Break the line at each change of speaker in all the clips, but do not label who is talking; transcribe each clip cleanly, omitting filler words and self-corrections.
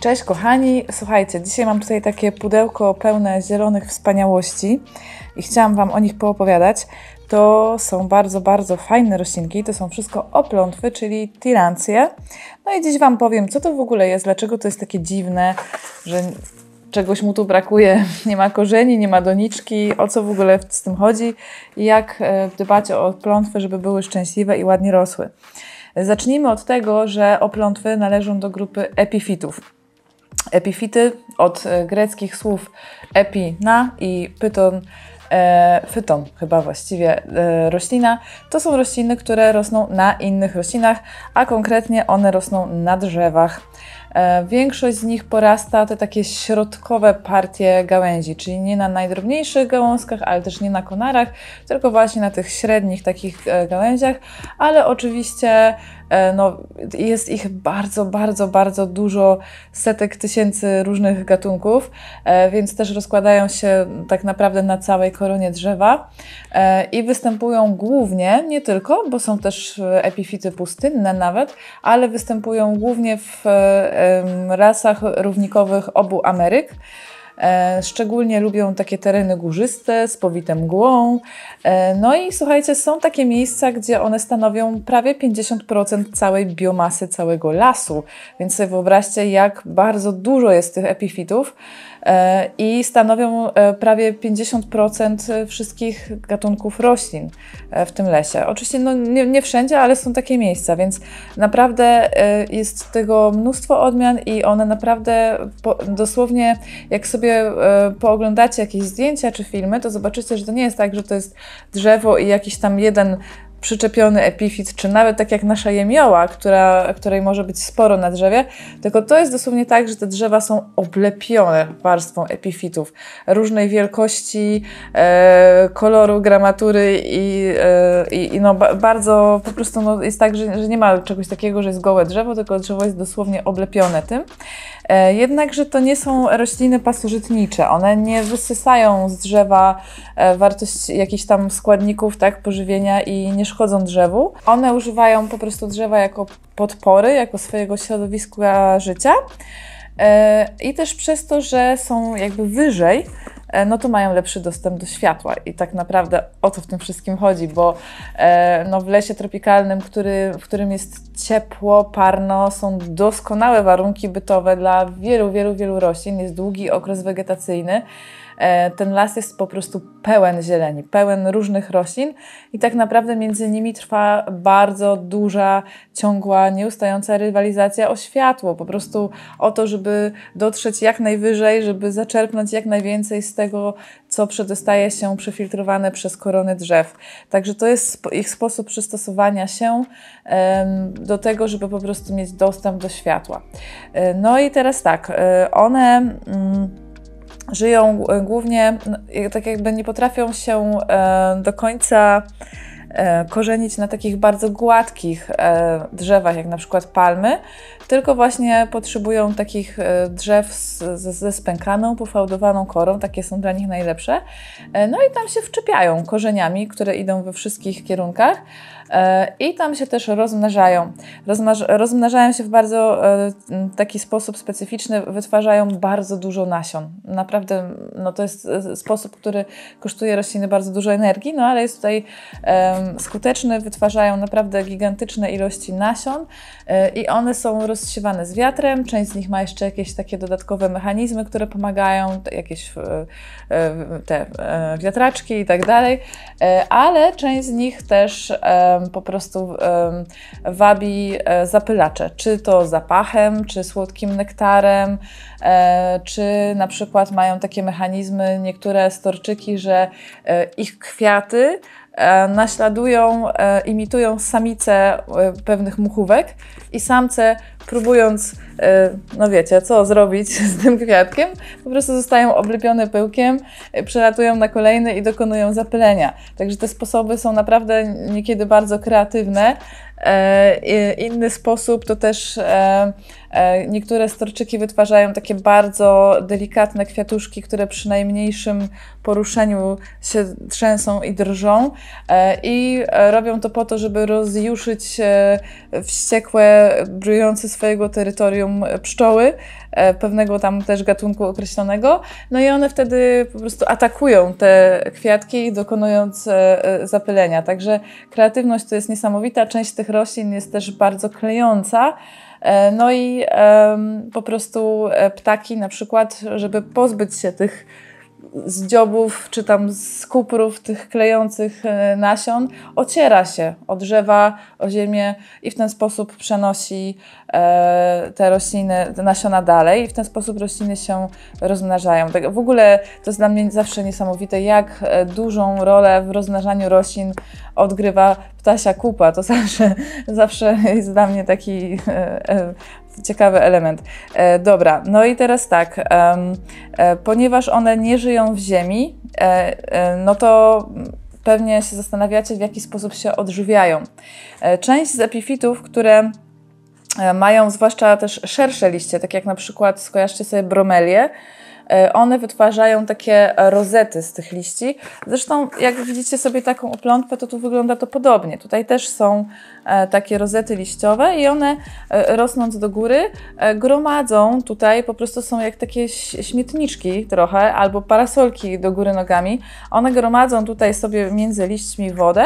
Cześć kochani, słuchajcie, dzisiaj mam tutaj takie pudełko pełne zielonych wspaniałości i chciałam Wam o nich poopowiadać. To są bardzo fajne roślinki, to są wszystko oplątwy, czyli tirancje. No i dziś Wam powiem, co to w ogóle jest, dlaczego to jest takie dziwne, że czegoś mu tu brakuje, nie ma korzeni, nie ma doniczki, o co w ogóle z tym chodzi i jak dbać o oplątwy, żeby były szczęśliwe i ładnie rosły. Zacznijmy od tego, że oplątwy należą do grupy epifitów. Epifity od greckich słów epi na i pyton, fyton chyba właściwie roślina. To są rośliny, które rosną na innych roślinach, a konkretnie one rosną na drzewach. Większość z nich porasta te takie środkowe partie gałęzi, czyli nie na najdrobniejszych gałązkach, ale też nie na konarach, tylko właśnie na tych średnich takich gałęziach, ale oczywiście no, jest ich bardzo dużo, setek tysięcy różnych gatunków, więc też rozkładają się tak naprawdę na całej koronie drzewa i występują głównie, nie tylko, bo są też epifity pustynne nawet, ale występują głównie w rasach równikowych obu Ameryk. Szczególnie lubią takie tereny górzyste, z powitą mgłą. No i słuchajcie, są takie miejsca, gdzie one stanowią prawie 50% całej biomasy całego lasu. Więc sobie wyobraźcie, jak bardzo dużo jest tych epifitów i stanowią prawie 50% wszystkich gatunków roślin w tym lesie. Oczywiście no, nie wszędzie, ale są takie miejsca, więc naprawdę jest tego mnóstwo odmian i one naprawdę dosłownie, jak sobie pooglądacie jakieś zdjęcia czy filmy, to zobaczycie, że to nie jest tak, że to jest drzewo i jakiś tam jeden przyczepiony epifit, czy nawet tak jak nasza jemioła, której może być sporo na drzewie, tylko to jest dosłownie tak, że te drzewa są oblepione warstwą epifitów różnej wielkości, koloru, gramatury i no bardzo po prostu no jest tak, że nie ma czegoś takiego, że jest gołe drzewo, tylko drzewo jest dosłownie oblepione tym. Jednakże to nie są rośliny pasożytnicze, one nie wysysają z drzewa wartości jakichś tam składników, tak, pożywienia i nie szkodzą drzewu. One używają po prostu drzewa jako podpory, jako swojego środowiska życia i też przez to, że są jakby wyżej, no to mają lepszy dostęp do światła i tak naprawdę o to w tym wszystkim chodzi, bo no w lesie tropikalnym, w którym jest ciepło, parno, są doskonałe warunki bytowe dla wielu roślin, jest długi okres wegetacyjny. Ten las jest po prostu pełen zieleni, pełen różnych roślin i tak naprawdę między nimi trwa bardzo duża, ciągła, nieustająca rywalizacja o światło, po prostu o to, żeby dotrzeć jak najwyżej, żeby zaczerpnąć jak najwięcej z tego, co przedostaje się przefiltrowane przez korony drzew. Także to jest ich sposób przystosowania się do tego, żeby po prostu mieć dostęp do światła. No i teraz tak, one żyją głównie, tak jakby nie potrafią się do końca korzenić na takich bardzo gładkich drzewach, jak na przykład palmy, tylko właśnie potrzebują takich drzew ze spękaną, pofałdowaną korą, takie są dla nich najlepsze. No i tam się wczepiają korzeniami, które idą we wszystkich kierunkach i tam się też rozmnażają. Rozmnażają się w bardzo taki sposób specyficzny, wytwarzają bardzo dużo nasion. Naprawdę no to jest sposób, który kosztuje rośliny bardzo dużo energii, no ale jest tutaj skuteczny, wytwarzają naprawdę gigantyczne ilości nasion i one są rozsiewane z wiatrem, część z nich ma jeszcze jakieś takie dodatkowe mechanizmy, które pomagają, jakieś te wiatraczki i tak dalej, ale część z nich też po prostu wabi zapylacze, czy to zapachem, czy słodkim nektarem, czy na przykład mają takie mechanizmy niektóre storczyki, że ich kwiaty naśladują, imitują samice pewnych muchówek i samce, próbując, no wiecie, co zrobić z tym kwiatkiem, po prostu zostają oblepione pyłkiem, przelatują na kolejny i dokonują zapylenia. Także te sposoby są naprawdę niekiedy bardzo kreatywne. Inny sposób to też niektóre storczyki wytwarzają takie bardzo delikatne kwiatuszki, które przy najmniejszym poruszeniu się trzęsą i drżą i robią to po to, żeby rozjuszyć wściekłe, brujące swojego terytorium pszczoły, pewnego tam też gatunku określonego, no i one wtedy po prostu atakują te kwiatki, dokonując zapylenia. Także kreatywność to jest niesamowita, część tych roślin jest też bardzo klejąca. No i po prostu ptaki na przykład, żeby pozbyć się tych zdziobów czy tam z kuprów tych klejących nasion, ociera się o drzewa, o ziemię i w ten sposób przenosi te rośliny, te nasiona dalej i w ten sposób rośliny się rozmnażają. Tak, w ogóle to jest dla mnie zawsze niesamowite, jak dużą rolę w rozmnażaniu roślin odgrywa ptasia kupa. To zawsze jest dla mnie taki ciekawy element. Dobra, no i teraz tak, ponieważ one nie żyją w ziemi, no to pewnie się zastanawiacie, w jaki sposób się odżywiają. Część z epifitów, które mają zwłaszcza też szersze liście, tak jak na przykład skojarzcie sobie bromelię, one wytwarzają takie rozety z tych liści. Zresztą jak widzicie sobie taką oplątwę, to tu wygląda to podobnie. Tutaj też są takie rozety liściowe i one rosnąc do góry gromadzą tutaj, po prostu są jak takie śmietniczki trochę albo parasolki do góry nogami. One gromadzą tutaj sobie między liśćmi wodę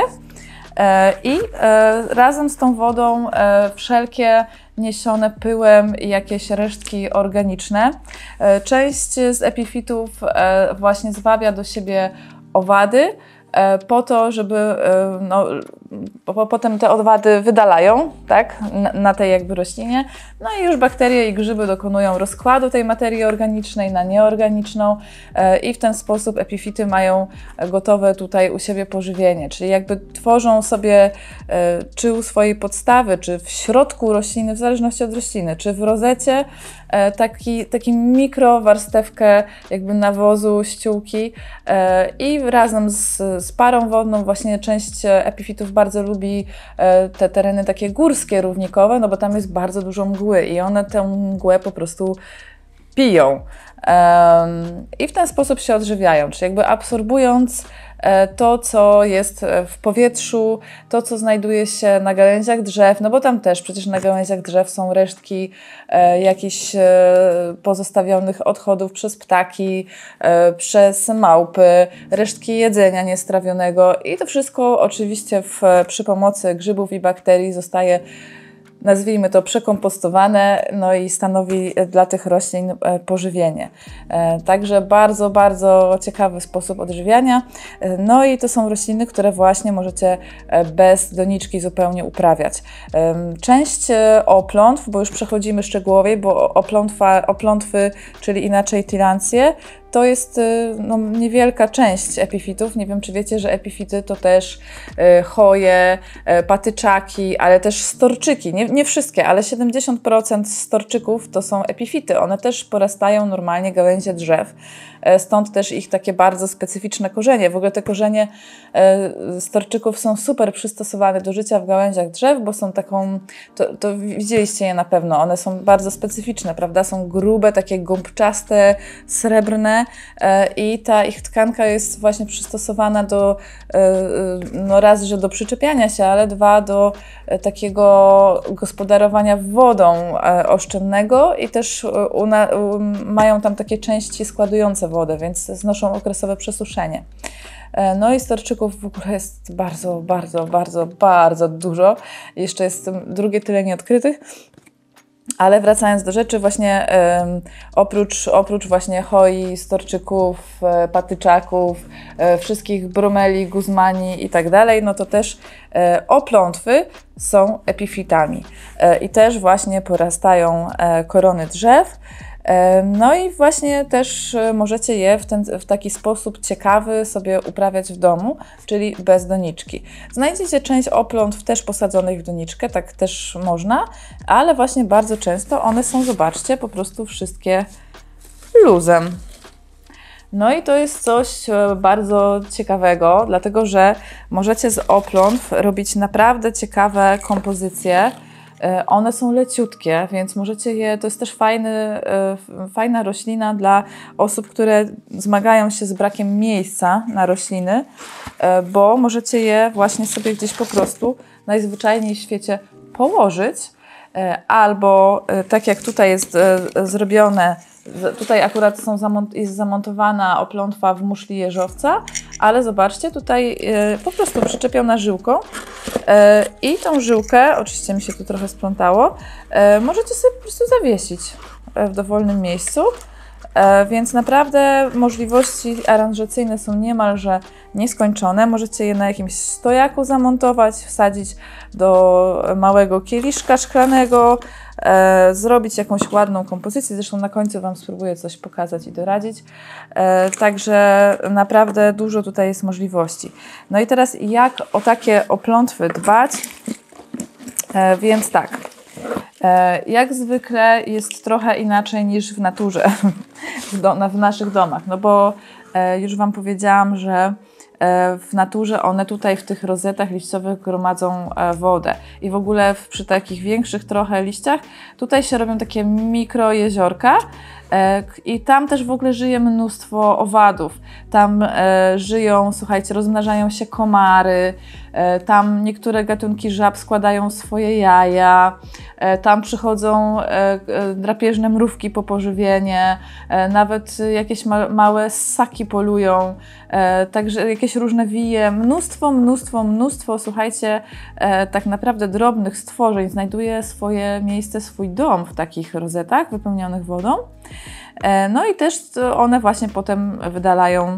i razem z tą wodą wszelkie niesione pyłem i jakieś resztki organiczne. Część z epifitów właśnie zwabia do siebie owady po to, żeby potem te owady wydalają, tak, na tej jakby roślinie. No i już bakterie i grzyby dokonują rozkładu tej materii organicznej na nieorganiczną i w ten sposób epifity mają gotowe tutaj u siebie pożywienie, czyli jakby tworzą sobie czy u swojej podstawy, czy w środku rośliny, w zależności od rośliny, czy w rozecie taki mikrowarstewkę jakby nawozu, ściółki i razem z parą wodną właśnie część epifitów bardzo lubi te tereny takie górskie, równikowe, no bo tam jest bardzo dużo mgły i one tę mgłę po prostu piją. I w ten sposób się odżywiają, czyli jakby absorbując to, co jest w powietrzu, to, co znajduje się na gałęziach drzew, no bo tam też przecież na gałęziach drzew są resztki jakichś pozostawionych odchodów przez ptaki, przez małpy, resztki jedzenia niestrawionego i to wszystko oczywiście przy pomocy grzybów i bakterii zostaje, nazwijmy to, przekompostowane, no i stanowi dla tych roślin pożywienie. Także bardzo, bardzo ciekawy sposób odżywiania. No i to są rośliny, które właśnie możecie bez doniczki zupełnie uprawiać. Część oplątw, bo już przechodzimy szczegółowiej, bo oplątwy, czyli inaczej tilancje, to jest niewielka część epifitów. Nie wiem, czy wiecie, że epifity to też choje, patyczaki, ale też storczyki. Nie wszystkie, ale 70% storczyków to są epifity. One też porastają normalnie gałęzie drzew. Stąd też ich takie bardzo specyficzne korzenie. W ogóle te korzenie storczyków są super przystosowane do życia w gałęziach drzew, bo są to widzieliście je na pewno, one są bardzo specyficzne, prawda? Są grube, takie gąbczaste, srebrne i ta ich tkanka jest właśnie przystosowana do raz, że do przyczepiania się, ale dwa, do takiego gospodarowania wodą oszczędnego i też mają tam takie części składujące wodę, więc znoszą okresowe przesuszenie. No i storczyków w ogóle jest bardzo, bardzo, bardzo, bardzo dużo. Jeszcze jest drugie tyle nieodkrytych. Ale wracając do rzeczy, właśnie oprócz właśnie choi, storczyków, patyczaków, wszystkich bromeli, guzmani i tak dalej, no to też oplątwy są epifitami i też właśnie porastają korony drzew. No i właśnie też możecie je w taki sposób ciekawy sobie uprawiać w domu, czyli bez doniczki. Znajdziecie część oplątw też posadzonych w doniczkę, tak też można, ale właśnie bardzo często one są, zobaczcie, po prostu wszystkie luzem. No i to jest coś bardzo ciekawego, dlatego że możecie z oplątw robić naprawdę ciekawe kompozycje. One są leciutkie, więc możecie je, to jest też fajna roślina dla osób, które zmagają się z brakiem miejsca na rośliny, bo możecie je właśnie sobie gdzieś po prostu najzwyczajniej w świecie położyć albo tak jak tutaj jest zrobione, tutaj akurat jest zamontowana oplątwa w muszli jeżowca, ale zobaczcie, tutaj po prostu przyczepią na żyłką i tą żyłkę, oczywiście mi się tu trochę splątało, możecie sobie po prostu zawiesić w dowolnym miejscu. Więc naprawdę możliwości aranżacyjne są niemalże nieskończone. Możecie je na jakimś stojaku zamontować, wsadzić do małego kieliszka szklanego, zrobić jakąś ładną kompozycję. Zresztą na końcu Wam spróbuję coś pokazać i doradzić. Także naprawdę dużo tutaj jest możliwości. No i teraz jak o takie oplątwy dbać? Więc tak. Jak zwykle jest trochę inaczej niż w naturze, w naszych domach, no bo już Wam powiedziałam, że w naturze one tutaj w tych rozetach liściowych gromadzą wodę i w ogóle przy takich większych trochę liściach tutaj się robią takie mikrojeziorka i tam też w ogóle żyje mnóstwo owadów. Tam żyją, słuchajcie, rozmnażają się komary, tam niektóre gatunki żab składają swoje jaja, tam przychodzą drapieżne mrówki po pożywienie, nawet jakieś małe ssaki polują, także jakieś różne wije, mnóstwo, słuchajcie, tak naprawdę drobnych stworzeń znajduje swoje miejsce, swój dom w takich rozetach wypełnionych wodą. No i też one właśnie potem wydalają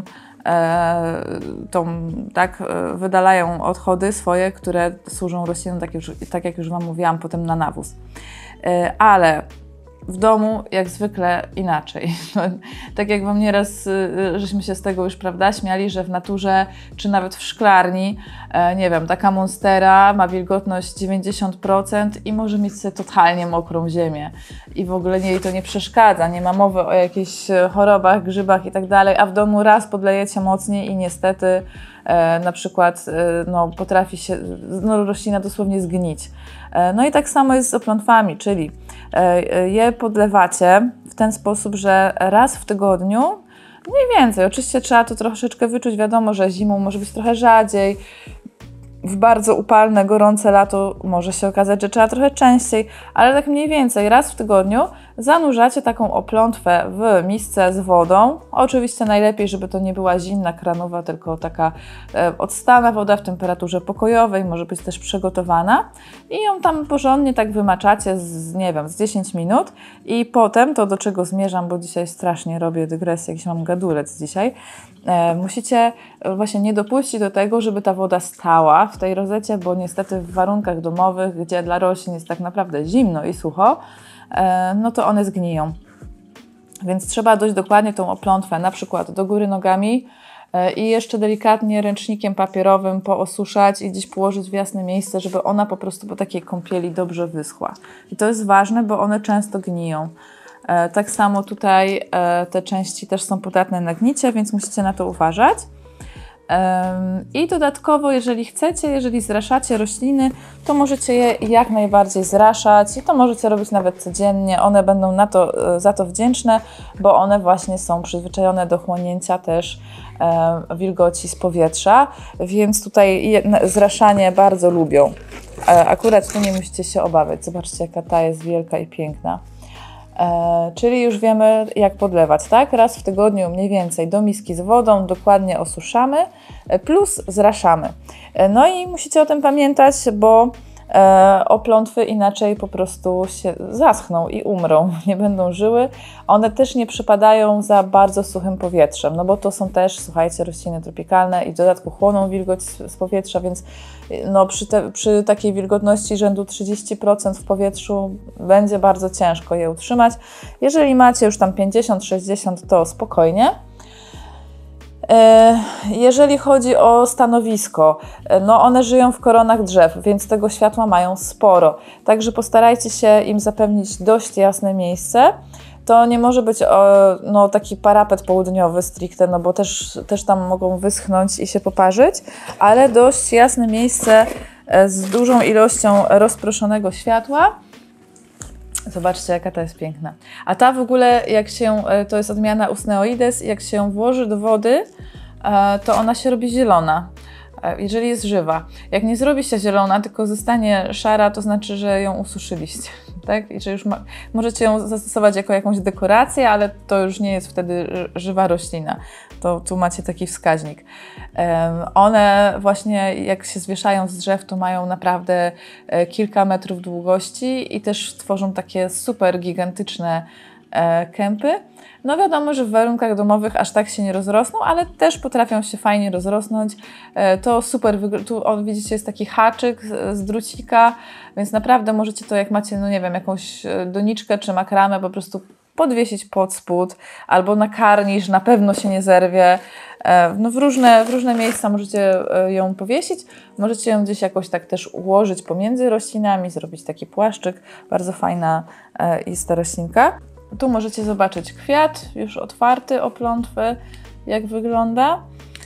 wydalają odchody swoje, które służą roślinom, tak jak już Wam mówiłam, potem na nawóz. Ale w domu jak zwykle inaczej. Tak jak Wam nieraz żeśmy się z tego już, prawda, śmiali, że w naturze, czy nawet w szklarni, nie wiem, taka monstera ma wilgotność 90% i może mieć sobie totalnie mokrą ziemię. I w ogóle jej to nie przeszkadza, nie ma mowy o jakichś chorobach, grzybach i tak dalej, a w domu raz podlejecie mocniej i niestety na przykład potrafi się roślina dosłownie zgnić. No i tak samo jest z oplątwami, czyli je podlewacie w ten sposób, że raz w tygodniu, mniej więcej. Oczywiście trzeba to troszeczkę wyczuć, wiadomo, że zimą może być trochę rzadziej, w bardzo upalne, gorące lato może się okazać, że trzeba trochę częściej, ale tak mniej więcej raz w tygodniu zanurzacie taką oplątwę w misce z wodą. Oczywiście najlepiej, żeby to nie była zimna kranowa, tylko taka odstana woda w temperaturze pokojowej, może być też przygotowana i ją tam porządnie tak wymaczacie z 10 minut i potem, to do czego zmierzam, bo dzisiaj strasznie robię dygresję, jakiś mam gadulec dzisiaj, musicie właśnie nie dopuścić do tego, żeby ta woda stała w tej rozecie, bo niestety w warunkach domowych, gdzie dla roślin jest tak naprawdę zimno i sucho, no to one zgniją. Więc trzeba dość dokładnie tą oplątwę na przykład do góry nogami i jeszcze delikatnie ręcznikiem papierowym poosuszać i gdzieś położyć w jasne miejsce, żeby ona po prostu po takiej kąpieli dobrze wyschła. I to jest ważne, bo one często gniją. Tak samo tutaj te części też są podatne na gnicie, więc musicie na to uważać. I dodatkowo, jeżeli zraszacie rośliny, to możecie je jak najbardziej zraszać i to możecie robić nawet codziennie. One będą za to wdzięczne, bo one właśnie są przyzwyczajone do chłonięcia też wilgoci z powietrza, więc tutaj zraszanie bardzo lubią. Akurat tu nie musicie się obawiać. Zobaczcie, jaka ta jest wielka i piękna. Czyli już wiemy, jak podlewać, tak? Raz w tygodniu mniej więcej do miski z wodą, dokładnie osuszamy, plus zraszamy. No i musicie o tym pamiętać, bo oplątwy inaczej po prostu się zaschną i umrą, nie będą żyły. One też nie przypadają za bardzo suchym powietrzem, no bo to są też, słuchajcie, rośliny tropikalne i w dodatku chłoną wilgoć z powietrza, więc przy takiej wilgotności rzędu 30% w powietrzu będzie bardzo ciężko je utrzymać. Jeżeli macie już tam 50-60, to spokojnie. Jeżeli chodzi o stanowisko, no one żyją w koronach drzew, więc tego światła mają sporo. Także postarajcie się im zapewnić dość jasne miejsce. To nie może być taki parapet południowy stricte, no bo też tam mogą wyschnąć i się poparzyć, ale dość jasne miejsce z dużą ilością rozproszonego światła. Zobaczcie, jaka ta jest piękna. A ta w ogóle, to jest odmiana Usneoides, jak się ją włoży do wody, to ona się robi zielona. jeżeli jest żywa. Jak nie zrobi się zielona, tylko zostanie szara, to znaczy, że ją ususzyliście. Tak? I że już możecie ją zastosować jako jakąś dekorację, ale to już nie jest wtedy żywa roślina. To tu macie taki wskaźnik. One właśnie jak się zwieszają z drzew, to mają naprawdę kilka metrów długości i też tworzą takie super gigantyczne kępy. No wiadomo, że w warunkach domowych aż tak się nie rozrosną, ale też potrafią się fajnie rozrosnąć. To super, tu widzicie jest taki haczyk z drucika, więc naprawdę możecie to, jak macie, no nie wiem, jakąś doniczkę czy makramę, po prostu podwiesić pod spód albo na karnisz, na pewno się nie zerwie. No w różne miejsca możecie ją powiesić. Możecie ją gdzieś jakoś tak też ułożyć pomiędzy roślinami, zrobić taki płaszczyk. Bardzo fajna jest ta roślinka. Tu możecie zobaczyć kwiat, już otwarty, oplątwy, jak wygląda.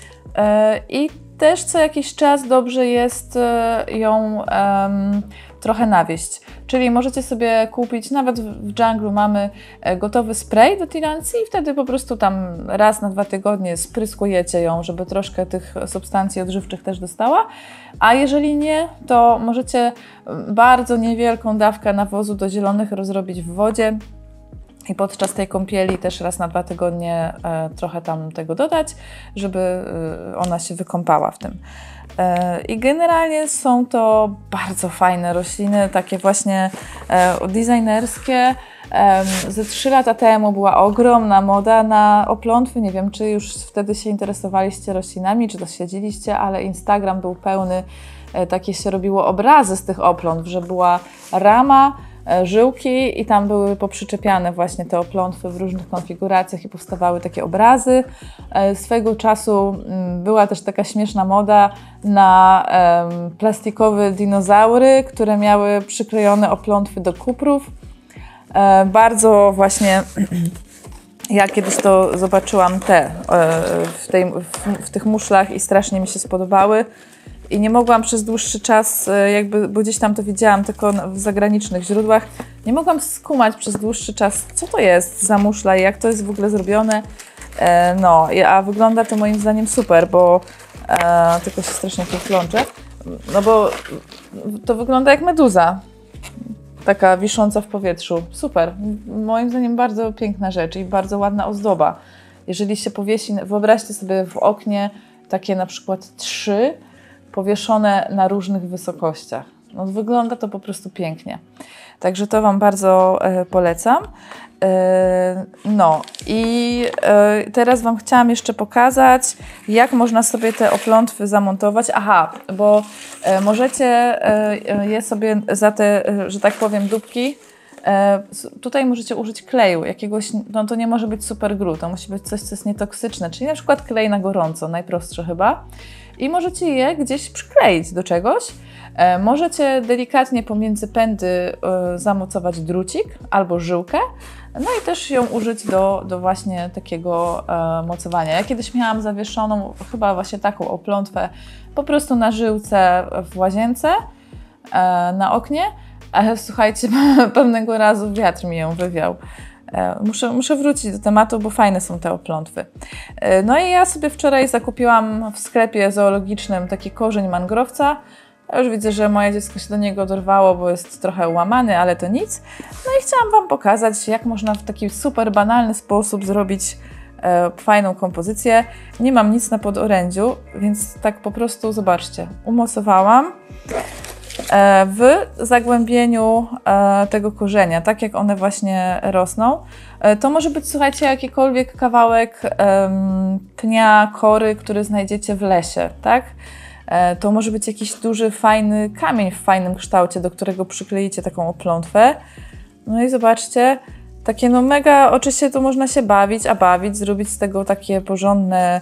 I też co jakiś czas dobrze jest ją trochę nawieść. Czyli możecie sobie kupić, nawet w Dżunglu mamy gotowy spray do tirancji i wtedy po prostu tam raz na 2 tygodnie spryskujecie ją, żeby troszkę tych substancji odżywczych też dostała. A jeżeli nie, to możecie bardzo niewielką dawkę nawozu do zielonych rozrobić w wodzie. I podczas tej kąpieli też raz na 2 tygodnie trochę tam tego dodać, żeby ona się wykąpała w tym. I generalnie są to bardzo fajne rośliny, takie właśnie designerskie. Ze 3 lata temu była ogromna moda na oplątwy. Nie wiem, czy już wtedy się interesowaliście roślinami, czy to śledziliście, ale Instagram był pełny, takie się robiło obrazy z tych oplątw, że była rama, żyłki i tam były poprzyczepiane właśnie te oplątwy w różnych konfiguracjach i powstawały takie obrazy. Swego czasu była też taka śmieszna moda na plastikowe dinozaury, które miały przyklejone oplątwy do kuprów. Bardzo właśnie, ja kiedyś to zobaczyłam w tych muszlach i strasznie mi się spodobały. I nie mogłam przez dłuższy czas, bo gdzieś tam to widziałam tylko w zagranicznych źródłach, nie mogłam skumać przez dłuższy czas, co to jest za muszla i jak to jest w ogóle zrobione. A wygląda to moim zdaniem super, bo tylko się strasznie tu plączę, no bo to wygląda jak meduza, taka wisząca w powietrzu. Super, moim zdaniem bardzo piękna rzecz i bardzo ładna ozdoba. Jeżeli się powiesi, wyobraźcie sobie w oknie takie na przykład 3 powieszone na różnych wysokościach. No, wygląda to po prostu pięknie. Także to Wam bardzo polecam. Teraz Wam chciałam jeszcze pokazać, jak można sobie te oplątwy zamontować. Aha, bo możecie je sobie za te, że tak powiem, dupki, tutaj możecie użyć kleju jakiegoś, no to nie może być super glue, to musi być coś, co jest nietoksyczne, czyli na przykład klej na gorąco, najprostsze chyba. I możecie je gdzieś przykleić do czegoś. Możecie delikatnie pomiędzy pędy zamocować drucik albo żyłkę, no i też ją użyć do właśnie takiego mocowania. Ja kiedyś miałam zawieszoną chyba właśnie taką oplątwę po prostu na żyłce w łazience, na oknie, ale słuchajcie, pewnego razu wiatr mi ją wywiał. Muszę wrócić do tematu, bo fajne są te oplątwy. No i ja sobie wczoraj zakupiłam w sklepie zoologicznym taki korzeń mangrowca. Ja już widzę, że moje dziecko się do niego dorwało, bo jest trochę łamany, ale to nic. No i chciałam Wam pokazać, jak można w taki super banalny sposób zrobić fajną kompozycję. Nie mam nic na podorędziu, więc tak po prostu, zobaczcie, umocowałam w zagłębieniu tego korzenia, tak jak one właśnie rosną. To może być, słuchajcie, jakikolwiek kawałek pnia, kory, który znajdziecie w lesie, tak? To może być jakiś duży, fajny kamień w fajnym kształcie, do którego przykleicie taką oplątwę. No i zobaczcie, takie no mega, oczywiście tu można się bawić, zrobić z tego takie porządne,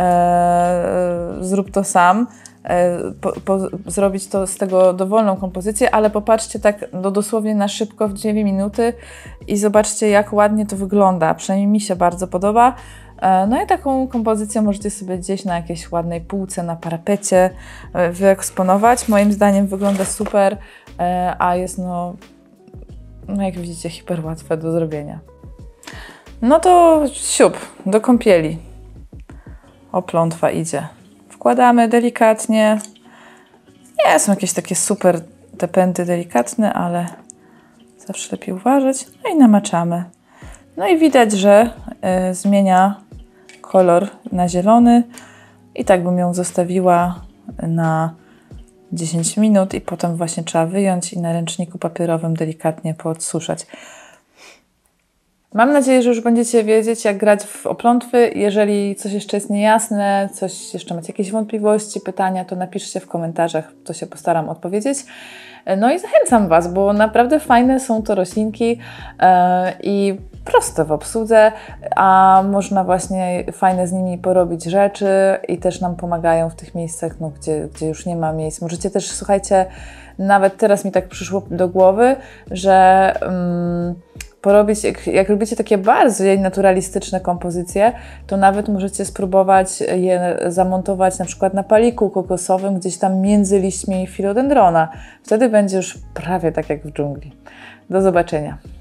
zrób to sam, zrobić to z tego dowolną kompozycję, ale popatrzcie tak dosłownie na szybko w 2 minuty i zobaczcie, jak ładnie to wygląda. Przynajmniej mi się bardzo podoba. No i taką kompozycję możecie sobie gdzieś na jakiejś ładnej półce, na parapecie wyeksponować. Moim zdaniem wygląda super, a jest no jak widzicie, hiper łatwe do zrobienia. No to siup, do kąpieli. Oplątwa idzie. Wkładamy delikatnie. Nie są jakieś takie super te pędy delikatne, ale zawsze lepiej uważać. No i namaczamy. No i widać, że zmienia kolor na zielony. I tak bym ją zostawiła na 10 minut i potem właśnie trzeba wyjąć i na ręczniku papierowym delikatnie poodsuszać. Mam nadzieję, że już będziecie wiedzieć, jak grać w oplątwy. Jeżeli coś jeszcze jest niejasne, coś jeszcze macie jakieś wątpliwości, pytania, to napiszcie w komentarzach, to się postaram odpowiedzieć. No i zachęcam Was, bo naprawdę fajne są to roślinki i proste w obsłudze, a można właśnie fajne z nimi porobić rzeczy i też nam pomagają w tych miejscach, no, gdzie już nie ma miejsc. Możecie też, słuchajcie, nawet teraz mi tak przyszło do głowy, że porobić, jak robicie takie bardzo naturalistyczne kompozycje, to nawet możecie spróbować je zamontować na przykład na paliku kokosowym, gdzieś tam między liśćmi filodendrona. Wtedy będzie już prawie tak jak w dżungli. Do zobaczenia.